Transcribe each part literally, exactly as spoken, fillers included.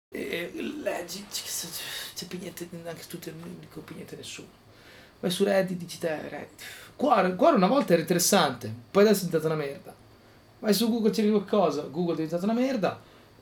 E leggi, c'è più niente, anche tu non dico più niente a nessuno. Vai su Reddit, dici te, Reddit. Cuore, cuore una volta era interessante, poi adesso è diventata una merda. Vai su Google, cerchi qualcosa, Google è diventata una merda.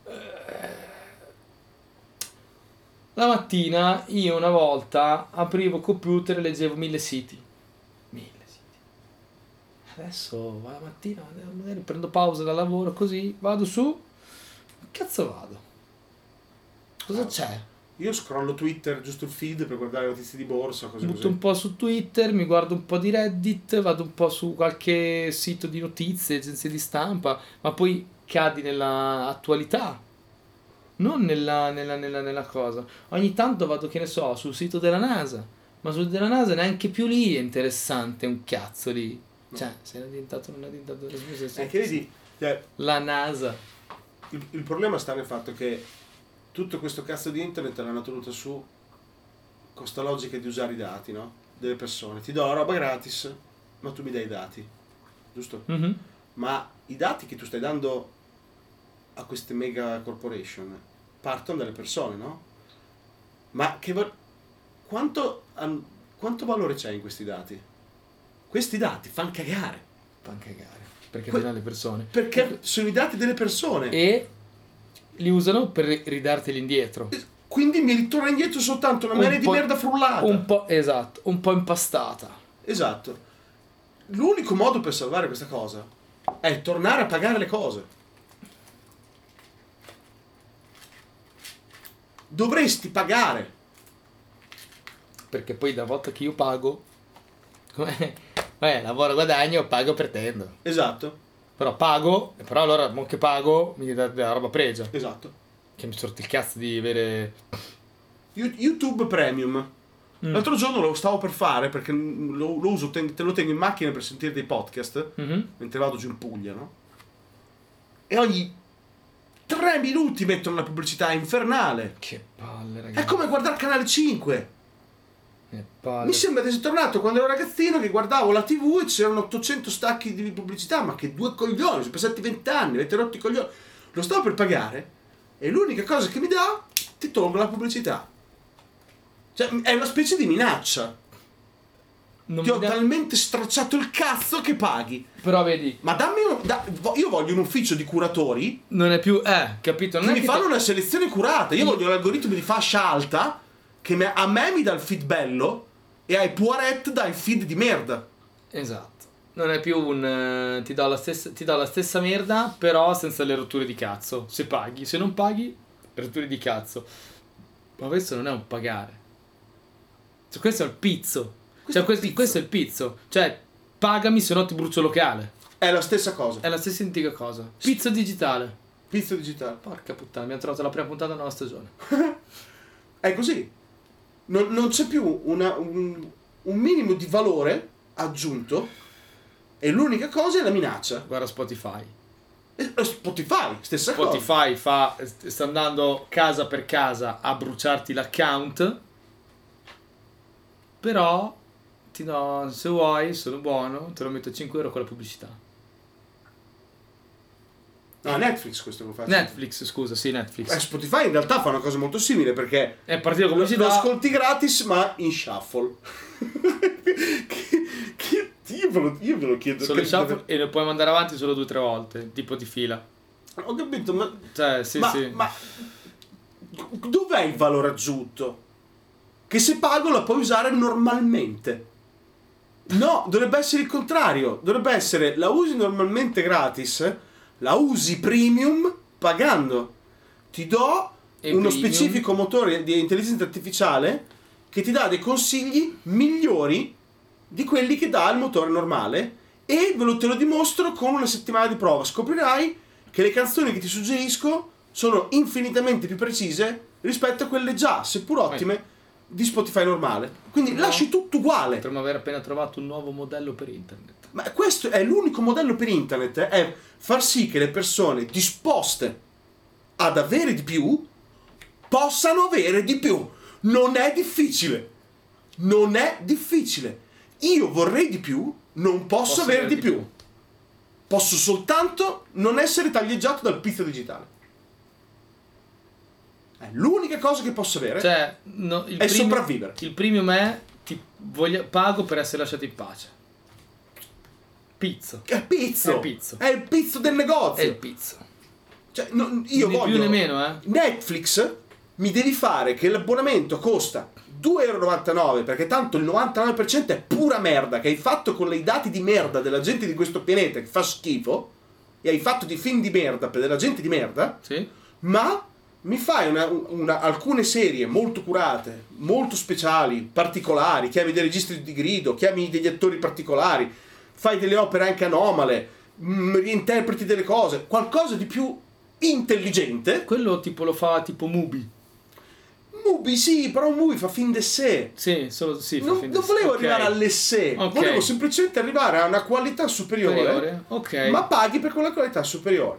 La mattina io una volta aprivo il computer e leggevo mille siti. Mille siti. Adesso la mattina magari prendo pausa dal lavoro così, vado su. Che cazzo vado? Cosa ah, c'è? Io scrollo Twitter, giusto il feed per guardare notizie di borsa, cose Butto così. un po' su Twitter, mi guardo un po' di Reddit, vado un po' su qualche sito di notizie, agenzie di stampa, ma poi cadi nella attualità. Non nella, nella, nella, nella cosa. Ogni tanto vado, che ne so, sul sito della NASA. Ma sul della NASA neanche più lì è interessante un cazzo lì. No. Cioè, se è diventato, non è diventato... È che vedi... Cioè, la NASA. Il, il problema sta nel fatto che tutto questo cazzo di internet l'hanno tenuto su con questa logica di usare i dati, no? Delle persone. Ti do la roba gratis, ma tu mi dai i dati. Giusto? Mm-hmm. Ma i dati che tu stai dando a queste mega corporation partono dalle persone, no? Ma che va- quanto, um, quanto valore c'è in questi dati? Questi dati fanno cagare. Fanno cagare. Perché Que- sono le persone. Perché Perché sono i dati delle persone. E li usano per ridarteli indietro. Quindi mi ritorna indietro soltanto una marea di merda frullata. Un po', esatto, un po' impastata. Esatto. L'unico modo per salvare questa cosa è tornare a pagare le cose. Dovresti pagare. Perché poi da volta che io pago, come eh, lavoro, guadagno, pago, pretendo. Esatto. Però pago, però allora mo che pago mi dà della roba pregia. Esatto. Che mi sorti il cazzo di avere YouTube Premium. Mm. L'altro giorno lo stavo per fare perché lo, lo uso, te, te lo tengo in macchina per sentire dei podcast, mm-hmm. mentre vado giù in Puglia, no? E ogni tre minuti mettono una pubblicità infernale. Che palle, ragazzi. È come guardare Canale cinque. Che palle. Mi sembra di essere tornato quando ero ragazzino che guardavo la tivù e c'erano ottocento stacchi di pubblicità. Ma che due coglioni, sono passati vent'anni, avete rotto i coglioni. Lo stavo per pagare e l'unica cosa che mi dà, ti tolgo la pubblicità. Cioè, è una specie di minaccia. Non ti ho da... talmente stracciato il cazzo che paghi. Però vedi, ma dammi un, da, io voglio un ufficio di curatori. Non è più, eh, capito? Non che è mi che fanno te... una selezione curata. Io, io voglio l'algoritmo di fascia alta che me, a me mi dà il feed bello e ai Poiret dà il feed di merda. Esatto. Non è più un uh, ti do la stessa ti do la stessa merda, però senza le rotture di cazzo. Se paghi, se non paghi, rotture di cazzo. Ma questo non è un pagare. Cioè, questo è il pizzo. Questo, cioè, questo, questo è il pizzo. Cioè, pagami se no ti brucio locale. È la stessa cosa. È la stessa identica cosa. Pizzo digitale. Pizzo digitale. Porca puttana, abbiamo trovato la prima puntata della nuova stagione. È così. Non, non c'è più una, un, un minimo di valore aggiunto e l'unica cosa è la minaccia. Guarda Spotify. Spotify, stessa Spotify cosa. fa, sta andando casa per casa a bruciarti l'account, però ti do, se vuoi, sono buono, te lo metto cinque euro con la pubblicità. No, Netflix questo lo faccio. Netflix, scusa, sì, Netflix. Eh, Spotify in realtà fa una cosa molto simile perché è partito con pubblicità. Lo ascolti gratis ma in shuffle. che, che, io, ve lo, io ve lo chiedo. Solo in shuffle e lo puoi mandare avanti solo due o tre volte, tipo di fila. Ho capito, ma... Cioè, sì, ma, sì. Ma dov'è il valore aggiunto? Che se pago la puoi usare normalmente. No, dovrebbe essere il contrario. Dovrebbe essere, la usi normalmente gratis, la usi premium pagando. Ti do e uno premium. Specifico motore di intelligenza artificiale che ti dà dei consigli migliori di quelli che dà il motore normale e ve lo te lo dimostro con una settimana di prova. Scoprirai che le canzoni che ti suggerisco sono infinitamente più precise rispetto a quelle già, seppur ottime, di Spotify normale. Quindi no, lasci tutto uguale. Potremmo aver appena trovato un nuovo modello per internet. Ma questo è l'unico modello per internet, è far sì che le persone disposte ad avere di più possano avere di più. Non è difficile. Non è difficile. Io vorrei di più, non posso, posso avere di, di più. più. Posso soltanto non essere taglieggiato dal pizzo digitale. È l'unica cosa che posso avere. Cioè, no, il è premium, sopravvivere. Il premium è ti voglio, pago per essere lasciato in pace. Pizzo. È pizzo. È pizzo. È il pizzo del negozio. È il pizzo. Cioè, no, io né voglio più né meno, eh. Netflix mi devi fare che l'abbonamento costa due e novantanove euro, perché tanto il novantanove per cento è pura merda che hai fatto con i dati di merda della gente di questo pianeta che fa schifo, e hai fatto di film di merda per della gente di merda. Sì. Ma mi fai una, una, alcune serie molto curate, molto speciali, particolari, chiami dei registri di grido, chiami degli attori particolari, fai delle opere anche anomale, mh, reinterpreti delle cose, qualcosa di più intelligente. Quello tipo lo fa tipo Mubi. Mubi sì, però Mubi fa fin de sé. Sì, solo sì, fa Non, fin non di- volevo ok. arrivare all'essè, Ok. volevo semplicemente arrivare a una qualità superiore, Superiore, ok. ma paghi per quella qualità superiore.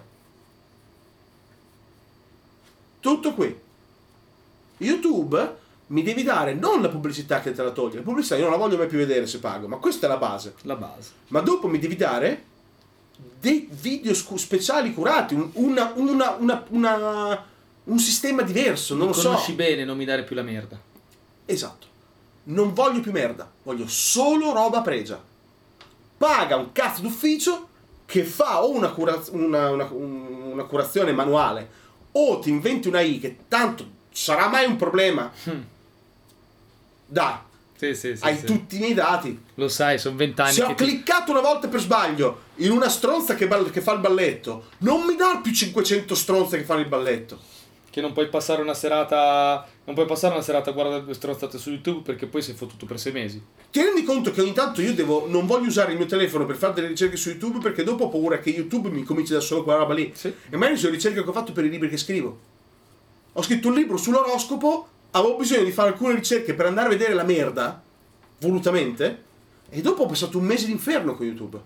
Tutto qui. YouTube mi devi dare non la pubblicità che te la toglie, la pubblicità io non la voglio mai più vedere se pago, ma questa è la base. La base. Ma dopo mi devi dare dei video scu- speciali curati, un, una, una, una, una, un sistema diverso, non Mi lo so. conosci bene, non mi dare più la merda. Esatto. Non voglio più merda, voglio solo roba pregia. Paga un cazzo d'ufficio che fa o una, cura- una, una, una curazione manuale o ti inventi una I che tanto sarà mai un problema. Mm. Dai, Sì, sì, sì. hai sì. tutti i miei dati. Lo sai, sono vent'anni Se che ho ti- cliccato una volta per sbaglio in una stronza che, ball- che fa il balletto, non mi dà più cinquecento stronze che fanno il balletto. che non puoi passare una serata non puoi passare una serata a guardare due stronzate su YouTube perché poi sei fottuto per sei mesi. Ti rendi conto che ogni tanto io devo non voglio usare il mio telefono per fare delle ricerche su YouTube perché dopo ho paura che YouTube mi cominci da solo quella roba lì. Sì. E magari sono ricerche che ho fatto per i libri che scrivo. Ho scritto un libro sull'oroscopo, avevo bisogno di fare alcune ricerche per andare a vedere la merda, volutamente, e dopo ho passato un mese d'inferno con YouTube.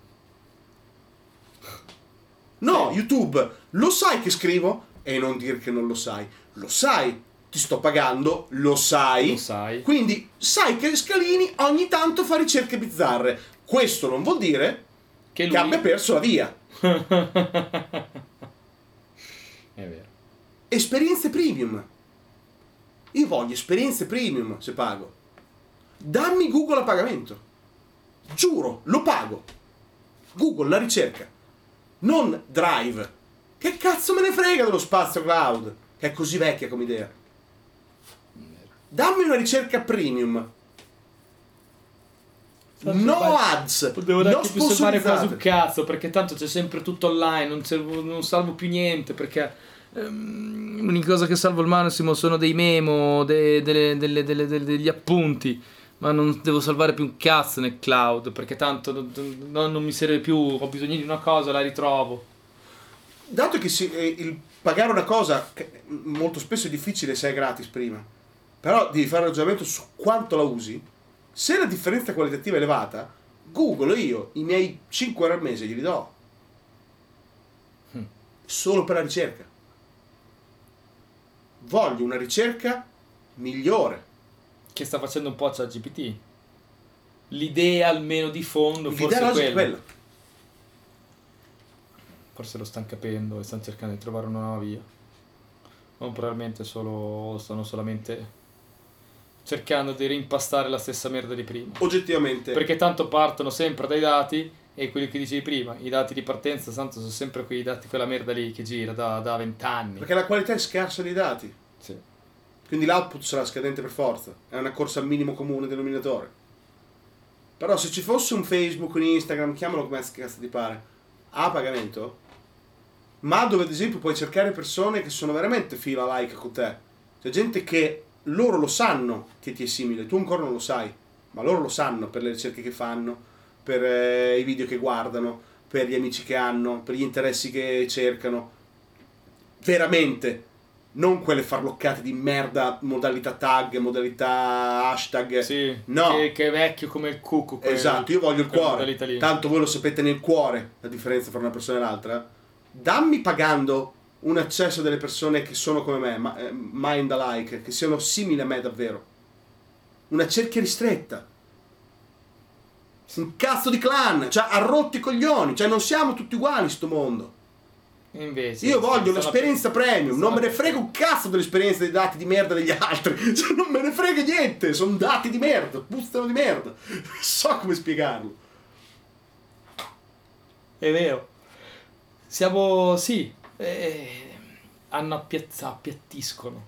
No, Sì. YouTube, lo sai che scrivo? E non dire che non lo sai. Lo sai, ti sto pagando, lo sai. Lo sai. Quindi sai che Scalini ogni tanto fa ricerche bizzarre. Questo non vuol dire Che lui che abbia perso la via. È vero. Esperienze premium. Io voglio esperienze premium se pago. Dammi Google a pagamento. Giuro, lo pago. Google, la ricerca. Non Drive. Che cazzo me ne frega dello spazio cloud? Che è così vecchia come idea. Dammi una ricerca premium. No ads. Devo no neanche più salvare quasi un sponsorizzate. cazzo perché tanto c'è sempre tutto online, non, servo- non salvo più niente perché ehm, l'unica cosa che salvo al massimo sono dei memo, de- delle- delle- delle- delle- degli appunti, ma non devo salvare più un cazzo nel cloud perché tanto non, non- non mi serve più, ho bisogno di una cosa, la ritrovo. Dato che si- eh, il pagare una cosa che molto spesso è difficile se è gratis prima, però devi fare un ragionamento su quanto la usi. Se la differenza qualitativa è elevata, Google io i miei cinque euro al mese glieli do. Mm. Solo per la ricerca. Voglio una ricerca migliore. Che sta facendo un po' ChatGPT. L'idea almeno di fondo, forse L'idea è logica è quella. quella. Forse lo stanno capendo e stanno cercando di trovare una nuova via. Non probabilmente solo stanno solamente cercando di reimpastare la stessa merda di prima. Oggettivamente. Perché tanto partono sempre dai dati e quelli che dicevi prima, i dati di partenza tanto sono sempre quei dati, quella merda lì che gira da, da vent'anni. Perché la qualità è scarsa dei dati. Sì. Quindi l'output sarà scadente per forza. È una corsa al minimo comune denominatore. Però se ci fosse un Facebook, un Instagram, chiamalo come cazzo ti pare, a pagamento, ma dove ad esempio puoi cercare persone che sono veramente fila like con te. C'è gente che loro lo sanno che ti è simile, tu ancora non lo sai, ma loro lo sanno per le ricerche che fanno, per eh, i video che guardano, per gli amici che hanno, per gli interessi che cercano. Veramente. Non quelle farloccate di merda, modalità tag, modalità hashtag. Sì, No. che, che è vecchio come il cucco. quel- Esatto, io voglio il quella cuore. modalità lì. Tanto voi lo sapete nel cuore la differenza tra una persona e l'altra. Dammi pagando un accesso a delle persone che sono come me, ma, eh, mind alike, che siano simili a me davvero. Una cerchia ristretta. Un cazzo di clan, cioè ha rotti i coglioni, cioè non siamo tutti uguali in sto mondo. E invece Io sì, voglio sono un'esperienza più- premium, non sono me ne più- frega un cazzo dell'esperienza dei dati di merda degli altri. Cioè, non me ne frega niente, sono dati di merda, puzzano di merda. Non so come spiegarlo. È vero. Siamo, sì, eh, hanno appiazza, appiattiscono.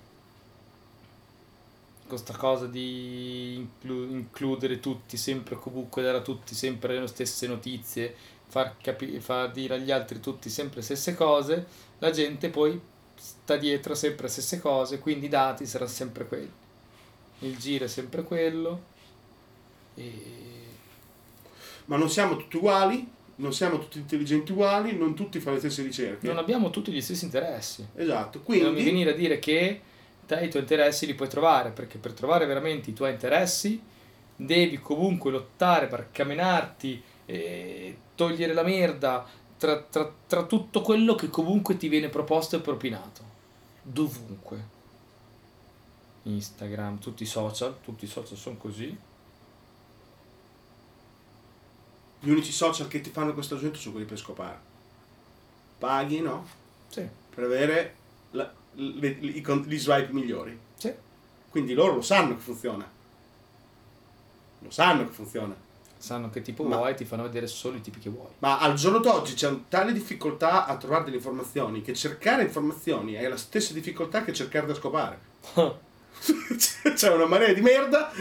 Questa cosa di inclu- includere tutti, sempre comunque dare a tutti sempre le stesse notizie, far, capi- far dire agli altri tutti sempre le stesse cose, la gente poi sta dietro sempre le stesse cose, quindi i dati saranno sempre quelli. Il giro è sempre quello. E... Ma non siamo tutti uguali, non siamo tutti intelligenti uguali, non tutti fanno le stesse ricerche. non abbiamo tutti gli stessi interessi. Esatto, E non mi quindi venire a dire che te i tuoi interessi li puoi trovare, perché per trovare veramente i tuoi interessi devi comunque lottare per camminarti e togliere la merda tra, tra, tra tutto quello che comunque ti viene proposto e propinato. Dovunque. Instagram, tutti i social, tutti i social sono così. gli unici social che ti fanno questo aggiunto sono quelli per scopare. Paghi, no? Sì, Per avere la- le- i con- gli swipe migliori. sì. Quindi loro lo sanno che funziona. Lo sanno che funziona. Sanno che tipo Ma- vuoi, ti fanno vedere solo i tipi che vuoi. Ma al giorno d'oggi c'è un tale difficoltà a trovare delle informazioni che cercare informazioni è la stessa difficoltà che cercare da scopare. C'è una marea di merda.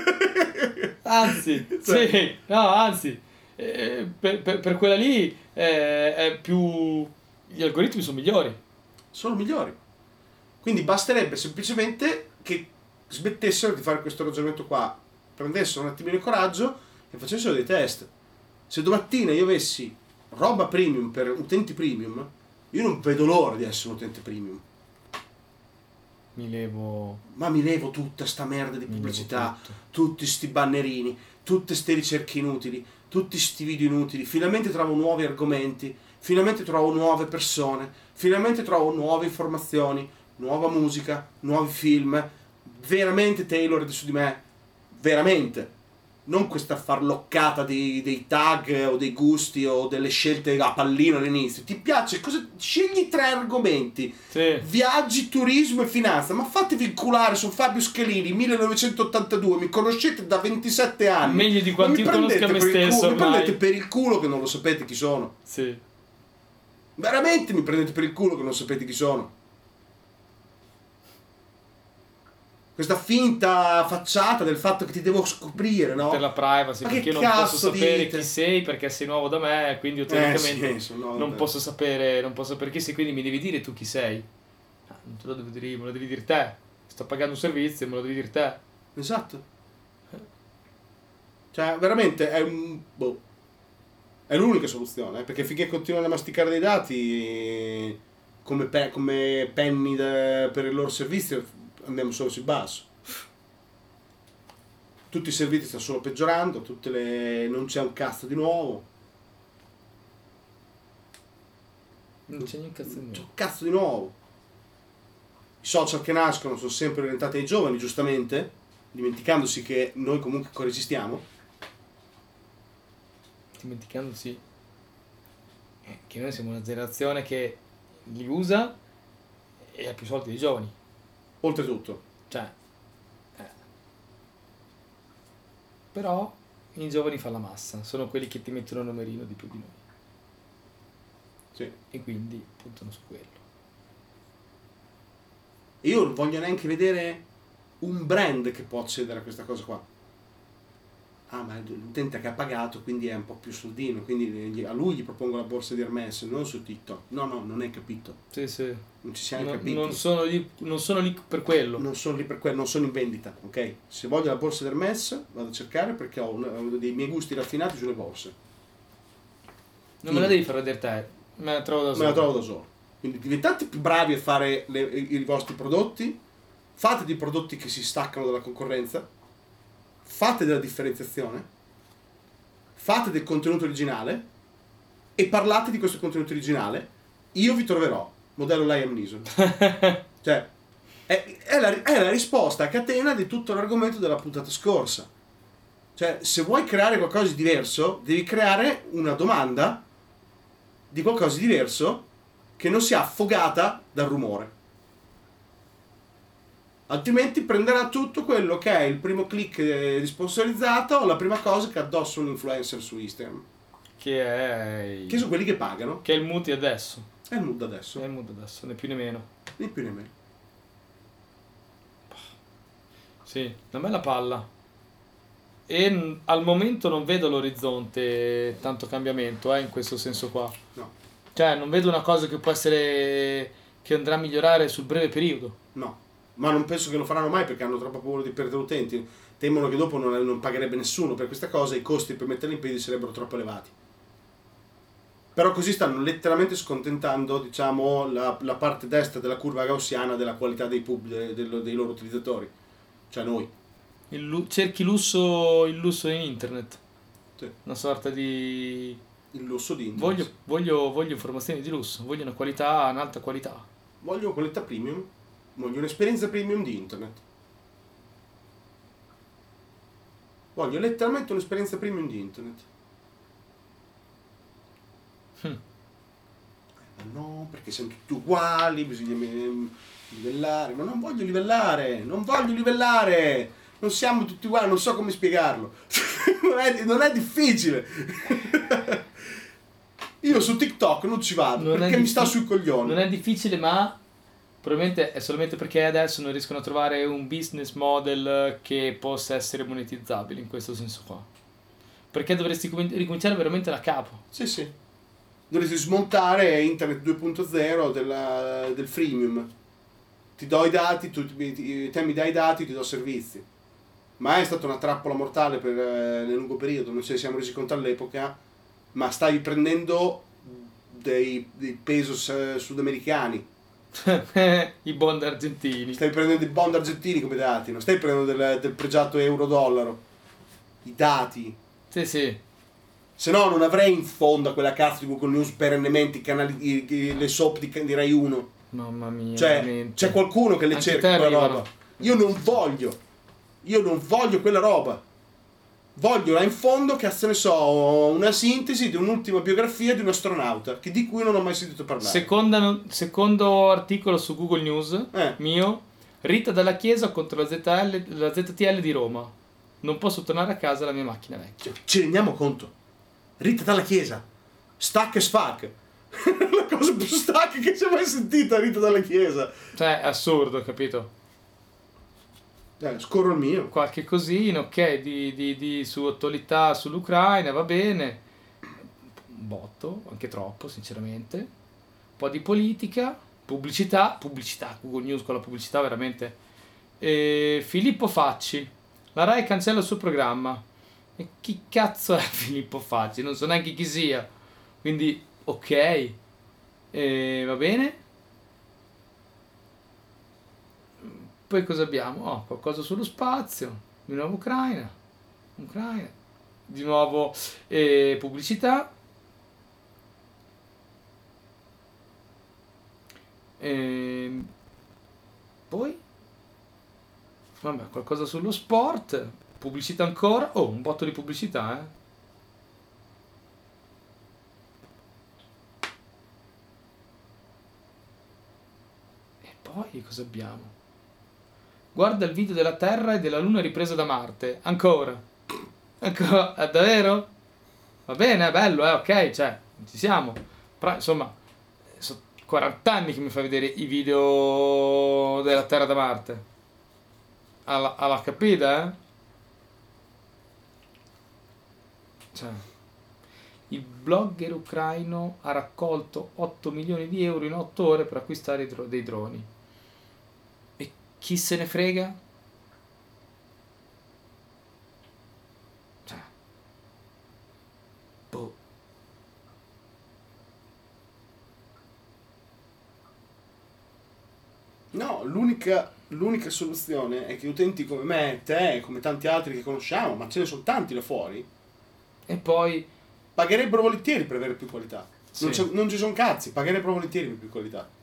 Anzi, Cioè- sì, no, anzi, eh, per, per- per quella lì eh, è più... gli algoritmi sono migliori. Sono migliori. Quindi basterebbe semplicemente che smettessero di fare questo ragionamento qua, prendessero un attimino il coraggio e facessero dei test. Se domattina io avessi roba premium per utenti premium, io non vedo l'ora di essere un utente premium. Mi levo... Ma mi levo tutta sta merda di mi levo pubblicità, tutto. tutti sti bannerini, tutte ste ricerche inutili, tutti sti video inutili. Finalmente trovo nuovi argomenti, finalmente trovo nuove persone, finalmente trovo nuove informazioni, nuova musica, nuovi film, veramente tailored su di me, veramente. Non questa farloccata dei, dei tag o dei gusti o delle scelte a pallino all'inizio. Ti piace? Cosa? Scegli tre argomenti. Sì. Viaggi, turismo e finanza. Ma fatevi inculare, sono Fabio Scalini, millenovecentottantadue, mi conoscete da ventisette anni. Meglio di Ma quanto mi io conosca prendete me per il stesso culo- Mi ormai. prendete per il culo che non lo sapete chi sono. Sì. Veramente mi prendete per il culo che non sapete chi sono. Questa finta facciata del fatto che ti devo scoprire, no? Per la privacy, Ma che perché io non cazzo posso sapere dite? chi sei perché sei nuovo da me, quindi io teoricamente Eh, sì, sono- non posso sapere, non posso sapere chi sei, quindi mi devi dire tu chi sei. Ah, non te lo devo dire io, me lo devi dire te. Sto pagando un servizio, me lo devi dire te. Esatto. Cioè, veramente è un... boh. È l'unica soluzione, eh, perché finché continuano a masticare dei dati come, pe- come penny da- per il loro servizio andiamo solo sul basso. Tutti i servizi stanno solo peggiorando, tutte le... non c'è un cazzo di nuovo. Non c'è niente cazzo di Non c'è nuovo. un cazzo di nuovo. I social che nascono sono sempre orientati ai giovani, giustamente, dimenticandosi che noi comunque coesistiamo. Dimenticandosi eh, che noi siamo una generazione che li usa e ha più soldi dei giovani. Oltretutto. Cioè, eh. Però i giovani fanno la massa, sono quelli che ti mettono un numerino di più di noi Sì. e quindi puntano su quello. E io non voglio neanche vedere un brand che può accedere a questa cosa qua. Ah, ma l'utente che ha pagato, quindi è un po' più soldino, quindi gli- a lui gli propongo la borsa di Hermes, non su TikTok. No, no, non hai capito. Sì, sì. Non ci siamo No- capiti. non, sono lì, non sono lì per quello. Non sono lì per quello, non sono in vendita, ok? Se voglio la borsa di Hermes, vado a cercare perché ho un- ho dei miei gusti raffinati sulle borse. Non me la devi far vedere te, me la trovo da Me solo. la trovo da solo. Quindi diventate più bravi a fare le- i, i vostri prodotti, fate dei prodotti che si staccano dalla concorrenza, fate della differenziazione, fate del contenuto originale e parlate di questo contenuto originale. Io vi troverò, modello Liam Neeson. Cioè, è, è, la, è la risposta a catena di tutto l'argomento della puntata scorsa. Cioè, se vuoi creare qualcosa di diverso, devi creare una domanda di qualcosa di diverso che non sia affogata dal rumore. Altrimenti prenderà tutto quello che è il primo click di sponsorizzato o la prima cosa che addossa un influencer su Instagram. Che è... Che sono quelli che pagano. Che è il mood di adesso. È il mood adesso. È il mood adesso, né più né meno. Né più né meno. Sì, una bella palla. E n- al momento non vedo l'orizzonte tanto cambiamento, eh, in questo senso qua. No, Cioè, non vedo una cosa che può essere... che andrà a migliorare sul breve periodo. no. Ma non penso che lo faranno mai perché hanno troppa paura di perdere utenti. Temono che dopo non, non pagherebbe nessuno per questa cosa e i costi per metterli in piedi sarebbero troppo elevati. Però così stanno letteralmente scontentando, diciamo, la, la parte destra della curva gaussiana della qualità dei, pub, de, de, dei loro utilizzatori. Cioè noi. Il lu- cerchi lusso, il lusso in internet. Sì. Una sorta di... Il lusso di internet. Voglio, voglio, voglio informazioni di lusso, voglio una qualità, un'alta qualità. Voglio qualità premium. Voglio un'esperienza premium di internet. Voglio letteralmente un'esperienza premium di internet. Hm. Ma no, perché siamo tutti uguali, bisogna me- livellare. Ma non voglio livellare, non voglio livellare. Non siamo tutti uguali, non so come spiegarlo. non, è, non è difficile. Io su TikTok non ci vado Non è perché mi diffi- sta sui coglioni. Non è difficile, ma probabilmente è solamente perché adesso non riescono a trovare un business model che possa essere monetizzabile in questo senso qua. Perché dovresti com- ricominciare veramente da capo. Sì, sì. Dovresti smontare Internet due punto zero della, del freemium. Ti do i dati, tu ti, ti- te mi dai i dati, ti do servizi. Ma è stata una trappola mortale per, eh, nel lungo periodo, non ce ne siamo resi conto all'epoca, ma stavi prendendo dei, dei pesos eh, sudamericani. I bond argentini. Stai prendendo i bond argentini come dati, non stai prendendo del, del pregiato euro-dollaro. I dati. Sì, sì. Se no non avrei in fondo a quella cazzo di Google News perennemente i canali, i- i- le soap di, di Rai uno. Mamma mia, Cioè, veramente. c'è qualcuno che le Anche cerca te quella arrivano. roba. Io non voglio. Io non voglio quella roba. Voglio là in fondo, cazzo ne so, una sintesi di un'ultima biografia di un astronauta, che di cui non ho mai sentito parlare. Seconda no- secondo articolo su Google News, Eh. mio, Rita Dalla Chiesa contro la, Z L, la Z T L di Roma. Non posso tornare a casa, la mia macchina è vecchia. Ci rendiamo conto? Rita dalla Chiesa. Stack as fuck. La cosa più stack che si è mai sentita, Rita dalla Chiesa. Cioè, è assurdo, capito? Eh, scorro il mio. Qualche cosino, ok, di, di, di su attualità sull'Ucraina, va bene. Un botto, anche troppo, sinceramente. Un po' di politica, pubblicità, pubblicità, Google News con la pubblicità veramente. E Filippo Facci, la Rai cancella il suo programma. E chi cazzo è Filippo Facci? Non so neanche chi sia. Quindi, ok, e va bene. Poi cosa abbiamo? Oh, qualcosa sullo spazio, di nuovo Ucraina, Ucraina, di nuovo eh, pubblicità. E poi, vabbè, qualcosa sullo sport, pubblicità ancora. Oh, un botto di pubblicità, eh. E poi cosa abbiamo? Guarda il video della Terra e della Luna ripresa da Marte. Ancora. Ancora. È davvero? Va bene, è bello, eh, ok, cioè, ci siamo. Però, insomma, sono quaranta anni che mi fai vedere i video della Terra da Marte. Alla, alla capita, eh? Cioè, il blogger ucraino ha raccolto otto milioni di euro in otto ore per acquistare i dro- dei droni. Chi se ne frega? Cioè. Boh. No, l'unica, l'unica soluzione è che utenti come me, te, come tanti altri che conosciamo, ma ce ne sono tanti là fuori, E poi... pagherebbero volentieri per avere più qualità. Non, Sì. c'è- non ci sono cazzi, pagherebbero volentieri per più qualità.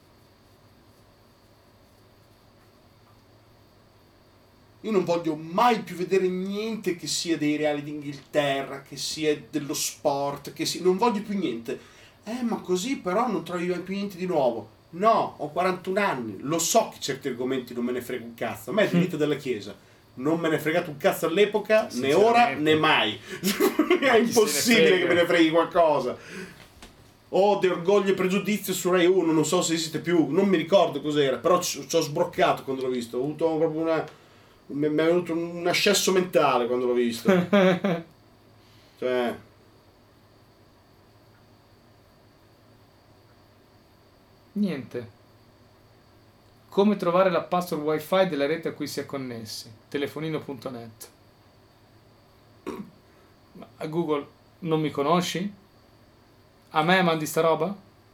Io non voglio mai più vedere niente che sia dei reali d'Inghilterra, che sia dello sport, che sia... non voglio più niente. Eh, ma così però non trovi più niente di nuovo. No, ho quarantuno anni, lo so che certi argomenti non me ne frega un cazzo. A me è il diritto della Chiesa. Non me ne è fregato un cazzo all'epoca, né ora né mai. È impossibile che me ne freghi qualcosa. Ho di Orgoglio e Pregiudizio su Rai uno, non so se esiste più, non mi ricordo cos'era, però ci ho sbroccato quando l'ho visto. Ho avuto proprio una. Mi è venuto un ascesso mentale quando l'ho visto. Cioè. Niente. Come trovare la password wifi della rete a cui si è connessi? telefonino punto net. Ma a Google non mi conosci? A me mandi sta roba?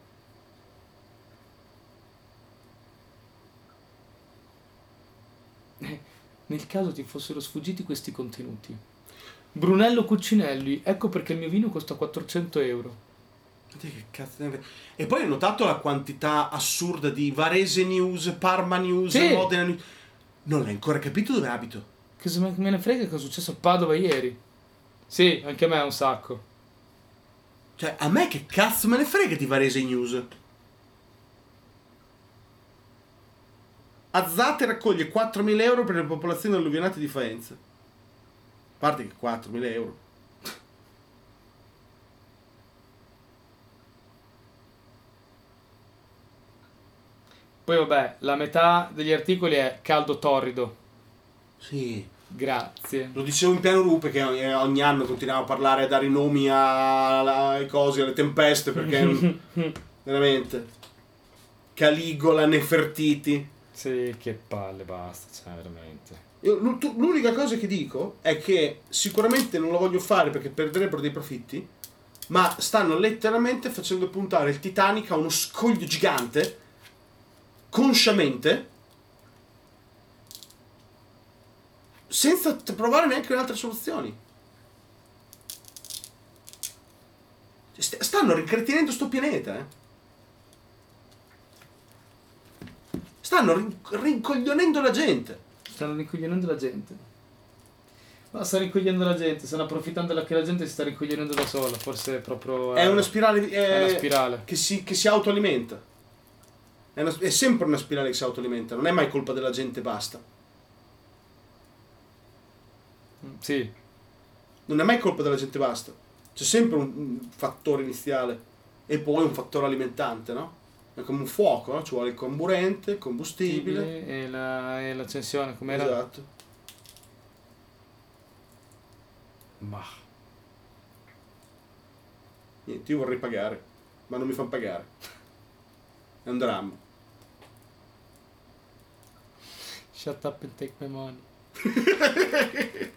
Eh, nel caso ti fossero sfuggiti questi contenuti. Brunello Cucinelli, ecco perché il mio vino costa quattrocento euro. Che cazzo ne... E poi ho notato la quantità assurda di Varese News, Parma News, Sì. Modena News. Non l'hai ancora capito dove abito? Che se me me ne frega che è successo a Padova ieri. Sì, anche a me è un sacco. Cioè, a me che cazzo me ne frega di Varese News? Azzate raccoglie quattromila euro per le popolazioni alluvionate di Faenza. A parte che quattromila euro. Poi vabbè, la metà degli articoli è caldo torrido. Sì. Grazie. Lo dicevo in piano rupe che ogni, ogni anno continuiamo a parlare, a dare i nomi a- a- ai cosi, alle tempeste, perché veramente. Caligola, Nefertiti. Sì, che palle, basta, cioè veramente. Io, l'u- tu- l'unica cosa che dico è che sicuramente non lo voglio fare perché perderebbero dei profitti, ma stanno letteralmente facendo puntare il Titanic a uno scoglio gigante, consciamente, senza t- provare neanche altre soluzioni. St- stanno ricretinendo sto pianeta, eh. Stanno rin- rincoglionendo la gente. Stanno rincoglionendo la gente. Ma sta rincoglionendo la gente, stanno approfittando che la gente si sta rincoglionendo da sola, forse è proprio... È una spirale, è una spirale. Che, si, che si autoalimenta. È, una, è sempre una spirale che si autoalimenta, non è mai colpa della gente, basta. Sì. Non è mai colpa della gente, basta. C'è sempre un, un fattore iniziale e poi un fattore alimentante, no? È come un fuoco, no? Ci vuole il comburente, il combustibile. E, la, e l'accensione, com'era? Esatto. Ma... Niente, io vorrei pagare, ma non mi fanno pagare. È un dramma. Shut up and take my money.